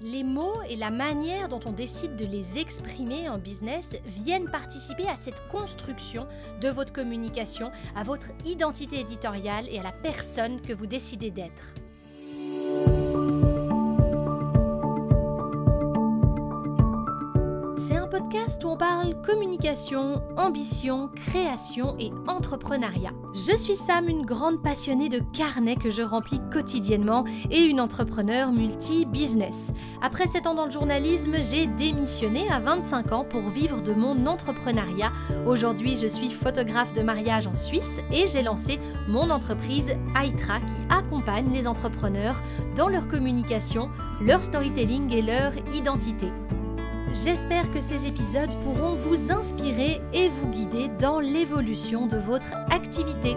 Les mots et la manière dont on décide de les exprimer en business viennent participer à cette construction de votre communication, à votre identité éditoriale et à la personne que vous décidez d'être. C'est un podcast où on parle communication, ambition, création et entrepreneuriat. Je suis Sam, une grande passionnée de carnets que je remplis quotidiennement et une entrepreneur multi-business. Après 7 ans dans le journalisme, j'ai démissionné à 25 ans pour vivre de mon entrepreneuriat. Aujourd'hui, je suis photographe de mariage en Suisse et j'ai lancé mon entreprise Aitra qui accompagne les entrepreneurs dans leur communication, leur storytelling et leur identité. J'espère que ces épisodes pourront vous inspirer et vous guider dans l'évolution de votre activité.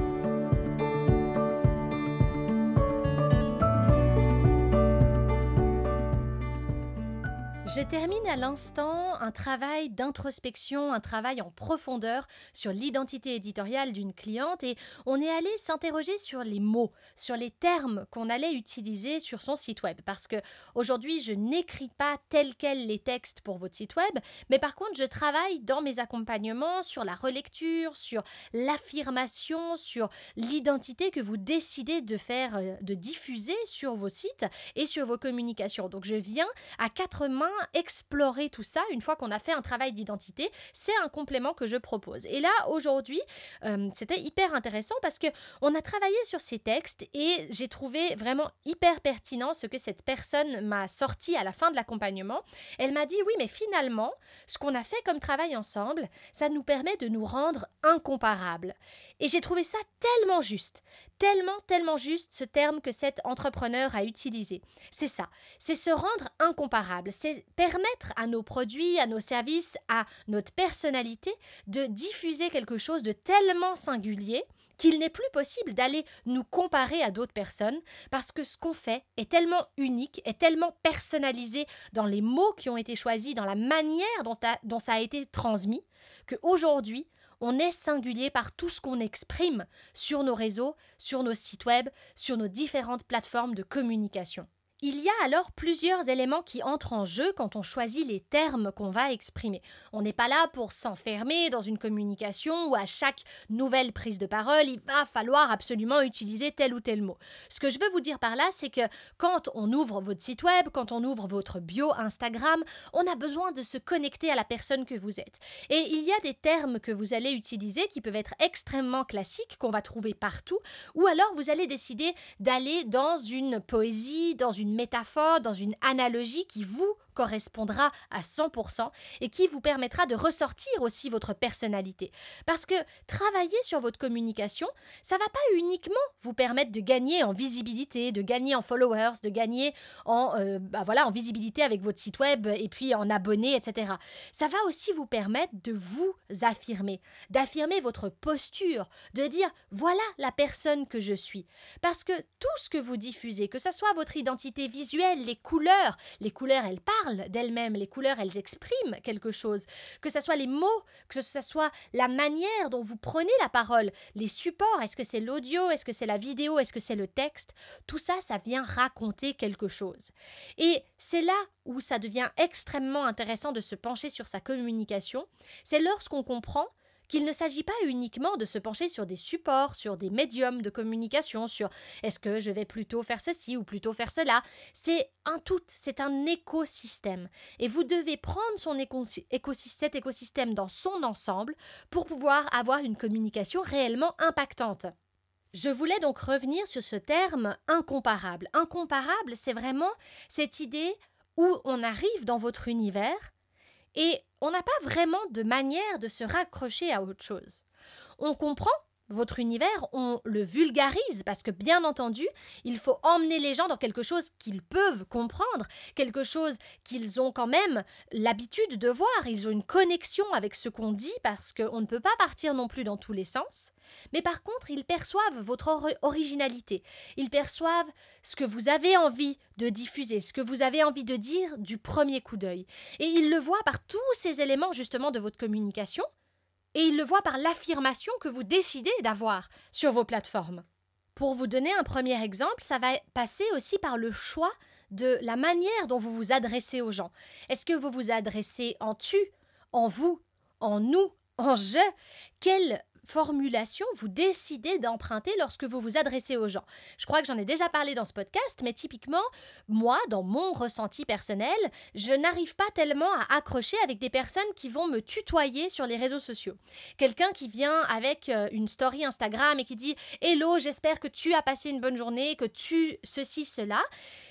Je termine à l'instant un travail d'introspection, un travail en profondeur sur l'identité éditoriale d'une cliente et on est allé s'interroger sur les mots, sur les termes qu'on allait utiliser sur son site web. Parce que aujourd'hui, je n'écris pas tel quel les textes pour votre site web, mais par contre, je travaille dans mes accompagnements sur la relecture, sur l'affirmation, sur l'identité que vous décidez de faire, de diffuser sur vos sites et sur vos communications. Donc, je viens à 4 mains explorer tout ça une fois qu'on a fait un travail d'identité. C'est un complément que je propose. Et là, aujourd'hui, c'était hyper intéressant parce qu'on a travaillé sur ces textes et j'ai trouvé vraiment hyper pertinent ce que cette personne m'a sorti à la fin de l'accompagnement. Elle m'a dit, oui, mais finalement, ce qu'on a fait comme travail ensemble, ça nous permet de nous rendre incomparables. Et j'ai trouvé ça tellement juste, tellement juste ce terme que cet entrepreneur a utilisé. C'est ça, c'est se rendre incomparable, c'est permettre à nos produits, à nos services, à notre personnalité de diffuser quelque chose de tellement singulier qu'il n'est plus possible d'aller nous comparer à d'autres personnes parce que ce qu'on fait est tellement unique, est tellement personnalisé dans les mots qui ont été choisis, dans la manière dont ça a été transmis, qu'aujourd'hui, on est singulier par tout ce qu'on exprime sur nos réseaux, sur nos sites web, sur nos différentes plateformes de communication. Il y a alors plusieurs éléments qui entrent en jeu quand on choisit les termes qu'on va exprimer. On n'est pas là pour s'enfermer dans une communication où à chaque nouvelle prise de parole, il va falloir absolument utiliser tel ou tel mot. Ce que je veux vous dire par là, c'est que quand on ouvre votre site web, quand on ouvre votre bio Instagram, on a besoin de se connecter à la personne que vous êtes. Et il y a des termes que vous allez utiliser qui peuvent être extrêmement classiques, qu'on va trouver partout, ou alors vous allez décider d'aller dans une poésie, dans une métaphore, dans une analogie qui vous correspondra à 100% et qui vous permettra de ressortir aussi votre personnalité. Parce que travailler sur votre communication, ça ne va pas uniquement vous permettre de gagner en visibilité, de gagner en followers, de gagner en visibilité avec votre site web et puis en abonnés, etc. Ça va aussi vous permettre de vous affirmer, d'affirmer votre posture, de dire voilà la personne que je suis. Parce que tout ce que vous diffusez, que ce soit votre identité visuelle, les couleurs elles parlent d'elles-mêmes, les couleurs, elles expriment quelque chose, que ce soit les mots, que ce soit la manière dont vous prenez la parole, les supports, est-ce que c'est l'audio, est-ce que c'est la vidéo, est-ce que c'est le texte, tout ça, ça vient raconter quelque chose. Et c'est là où ça devient extrêmement intéressant de se pencher sur sa communication, c'est lorsqu'on comprend qu'il ne s'agit pas uniquement de se pencher sur des supports, sur des médiums de communication, sur est-ce que je vais plutôt faire ceci ou plutôt faire cela. C'est un tout, c'est un écosystème. Et vous devez prendre cet écosystème dans son ensemble pour pouvoir avoir une communication réellement impactante. Je voulais donc revenir sur ce terme incomparable. Incomparable, c'est vraiment cette idée où on arrive dans votre univers et on n'a pas vraiment de manière de se raccrocher à autre chose. On comprend votre univers, on le vulgarise parce que bien entendu, il faut emmener les gens dans quelque chose qu'ils peuvent comprendre, quelque chose qu'ils ont quand même l'habitude de voir. Ils ont une connexion avec ce qu'on dit parce qu'on ne peut pas partir non plus dans tous les sens. Mais par contre, ils perçoivent votre originalité. Ils perçoivent ce que vous avez envie de diffuser, ce que vous avez envie de dire du premier coup d'œil. Et ils le voient par tous ces éléments justement de votre communication. Et ils le voient par l'affirmation que vous décidez d'avoir sur vos plateformes. Pour vous donner un premier exemple, ça va passer aussi par le choix de la manière dont vous vous adressez aux gens. Est-ce que vous vous adressez en tu, en vous, en nous, en je? Quelle formulation vous décidez d'emprunter lorsque vous vous adressez aux gens? Je crois que j'en ai déjà parlé dans ce podcast, mais typiquement, moi, dans mon ressenti personnel, je n'arrive pas tellement à accrocher avec des personnes qui vont me tutoyer sur les réseaux sociaux. Quelqu'un qui vient avec une story Instagram et qui dit « Hello, j'espère que tu as passé une bonne journée, que tu ceci, cela »,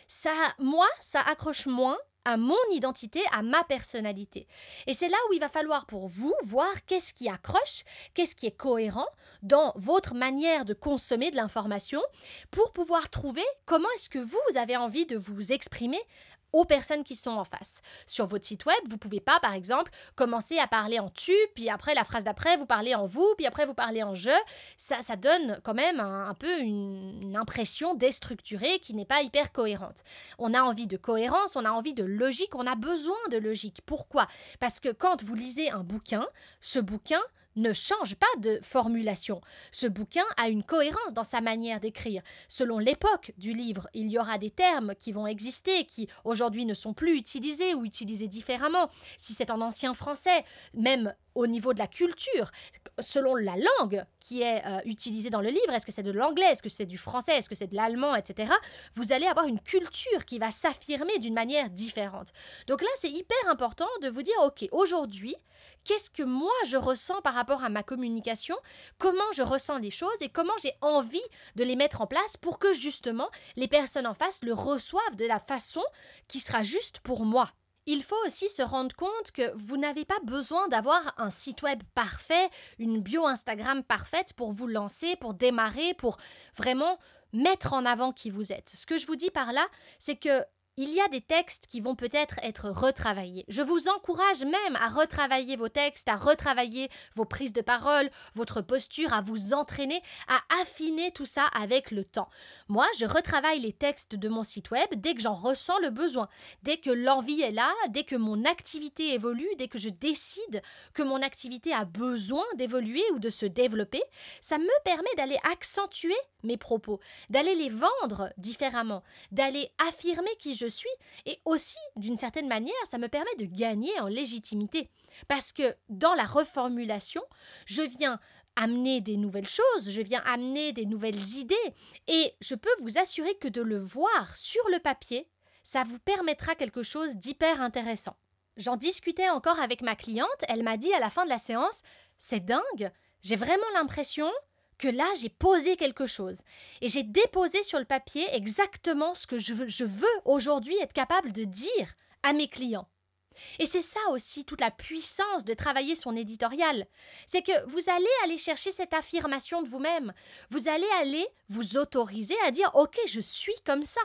ça accroche moins à mon identité, à ma personnalité. Et c'est là où il va falloir pour vous voir qu'est-ce qui accroche, qu'est-ce qui est cohérent dans votre manière de consommer de l'information pour pouvoir trouver comment est-ce que vous avez envie de vous exprimer aux personnes qui sont en face. Sur votre site web, vous ne pouvez pas, par exemple, commencer à parler en tu, puis après, la phrase d'après, vous parlez en vous, puis après, vous parlez en je. Ça donne quand même un peu une impression déstructurée qui n'est pas hyper cohérente. On a envie de cohérence, on a envie de logique, on a besoin de logique. Pourquoi? Parce que quand vous lisez un bouquin, ce bouquin ne change pas de formulation. Ce bouquin a une cohérence dans sa manière d'écrire. Selon l'époque du livre, il y aura des termes qui vont exister, qui aujourd'hui ne sont plus utilisés ou utilisés différemment. Si c'est en ancien français, même au niveau de la culture, selon la langue qui est utilisée dans le livre, est-ce que c'est de l'anglais, est-ce que c'est du français, est-ce que c'est de l'allemand, etc., vous allez avoir une culture qui va s'affirmer d'une manière différente. Donc là, c'est hyper important de vous dire, ok, aujourd'hui, qu'est-ce que moi je ressens par rapport à ma communication, comment je ressens les choses et comment j'ai envie de les mettre en place pour que justement les personnes en face le reçoivent de la façon qui sera juste pour moi. Il faut aussi se rendre compte que vous n'avez pas besoin d'avoir un site web parfait, une bio Instagram parfaite pour vous lancer, pour démarrer, pour vraiment mettre en avant qui vous êtes. Ce que je vous dis par là, c'est que il y a des textes qui vont peut-être être retravaillés. Je vous encourage même à retravailler vos textes, à retravailler vos prises de parole, votre posture, à vous entraîner, à affiner tout ça avec le temps. Moi, je retravaille les textes de mon site web dès que j'en ressens le besoin, dès que l'envie est là, dès que mon activité évolue, dès que je décide que mon activité a besoin d'évoluer ou de se développer. Ça me permet d'aller accentuer mes propos, d'aller les vendre différemment, d'aller affirmer qui je suis et aussi, d'une certaine manière, ça me permet de gagner en légitimité. Parce que dans la reformulation, je viens amener des nouvelles choses, je viens amener des nouvelles idées et je peux vous assurer que de le voir sur le papier, ça vous permettra quelque chose d'hyper intéressant. J'en discutais encore avec ma cliente, elle m'a dit à la fin de la séance « C'est dingue, j'ai vraiment l'impression que là, j'ai posé quelque chose et j'ai déposé sur le papier exactement ce que je veux aujourd'hui être capable de dire à mes clients. » Et c'est ça aussi toute la puissance de travailler son éditorial. C'est que vous allez aller chercher cette affirmation de vous-même. Vous allez aller vous autoriser à dire « Ok, je suis comme ça.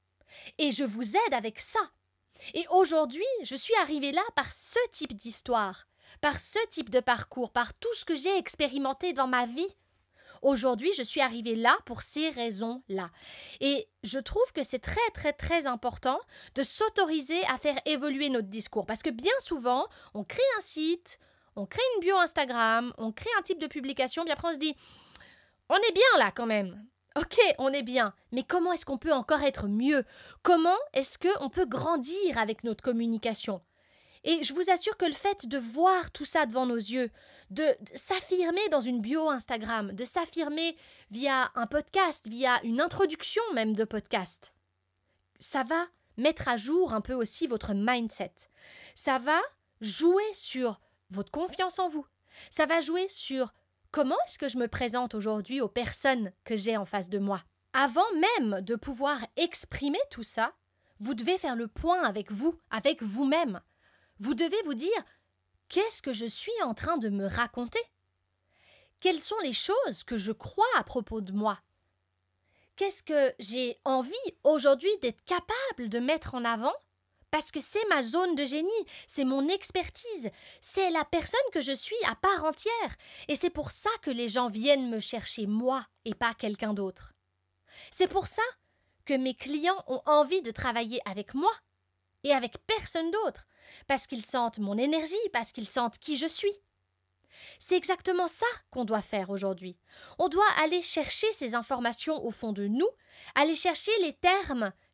Et je vous aide avec ça. » Et aujourd'hui, je suis arrivée là par ce type d'histoire, par ce type de parcours, par tout ce que j'ai expérimenté dans ma vie. Aujourd'hui, je suis arrivée là pour ces raisons-là. Et je trouve que c'est très, très, très important de s'autoriser à faire évoluer notre discours. Parce que bien souvent, on crée un site, on crée une bio Instagram, on crée un type de publication, puis après on se dit « On est bien là quand même. Ok, on est bien. Mais comment est-ce qu'on peut encore être mieux? Comment est-ce qu'on peut grandir avec notre communication ?» Et je vous assure que le fait de voir tout ça devant nos yeux, de s'affirmer dans une bio Instagram, de s'affirmer via un podcast, via une introduction même de podcast, ça va mettre à jour un peu aussi votre mindset. Ça va jouer sur votre confiance en vous. Ça va jouer sur comment est-ce que je me présente aujourd'hui aux personnes que j'ai en face de moi. Avant même de pouvoir exprimer tout ça, vous devez faire le point avec vous, avec vous-même. Vous devez vous dire « Qu'est-ce que je suis en train de me raconter? Quelles sont les choses que je crois à propos de moi? Qu'est-ce que j'ai envie aujourd'hui d'être capable de mettre en avant? Parce que c'est ma zone de génie, c'est mon expertise, c'est la personne que je suis à part entière. Et c'est pour ça que les gens viennent me chercher moi et pas quelqu'un d'autre. C'est pour ça que mes clients ont envie de travailler avec moi et avec personne d'autre. Parce qu'ils sentent mon énergie, parce qu'ils sentent qui je suis. C'est exactement ça qu'on doit faire aujourd'hui. On doit aller chercher ces informations au fond de nous, aller chercher les termes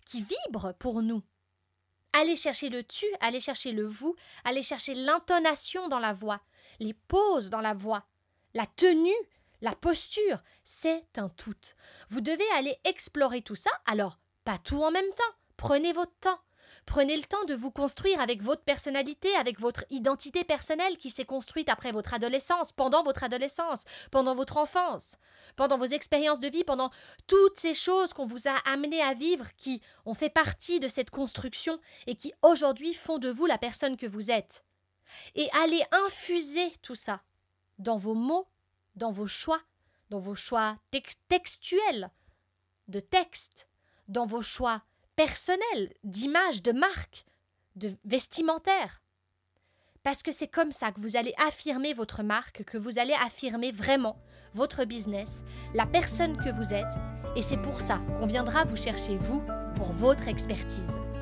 qui vibre pour nous. Allez chercher le tu, allez chercher le vous, allez chercher l'intonation dans la voix, les pauses dans la voix, la tenue, la posture, c'est un tout. Vous devez aller explorer tout ça, alors pas tout en même temps, prenez votre temps. Prenez le temps de vous construire avec votre personnalité, avec votre identité personnelle qui s'est construite après votre adolescence, pendant votre enfance, pendant vos expériences de vie, pendant toutes ces choses qu'on vous a amené à vivre, qui ont fait partie de cette construction et qui aujourd'hui font de vous la personne que vous êtes. Et allez infuser tout ça dans vos mots, dans vos choix textuels, de texte, dans vos choix personnel, d'image, de marque, de vestimentaire. Parce que c'est comme ça que vous allez affirmer votre marque, que vous allez affirmer vraiment votre business, la personne que vous êtes, et c'est pour ça qu'on viendra vous chercher, vous, pour votre expertise.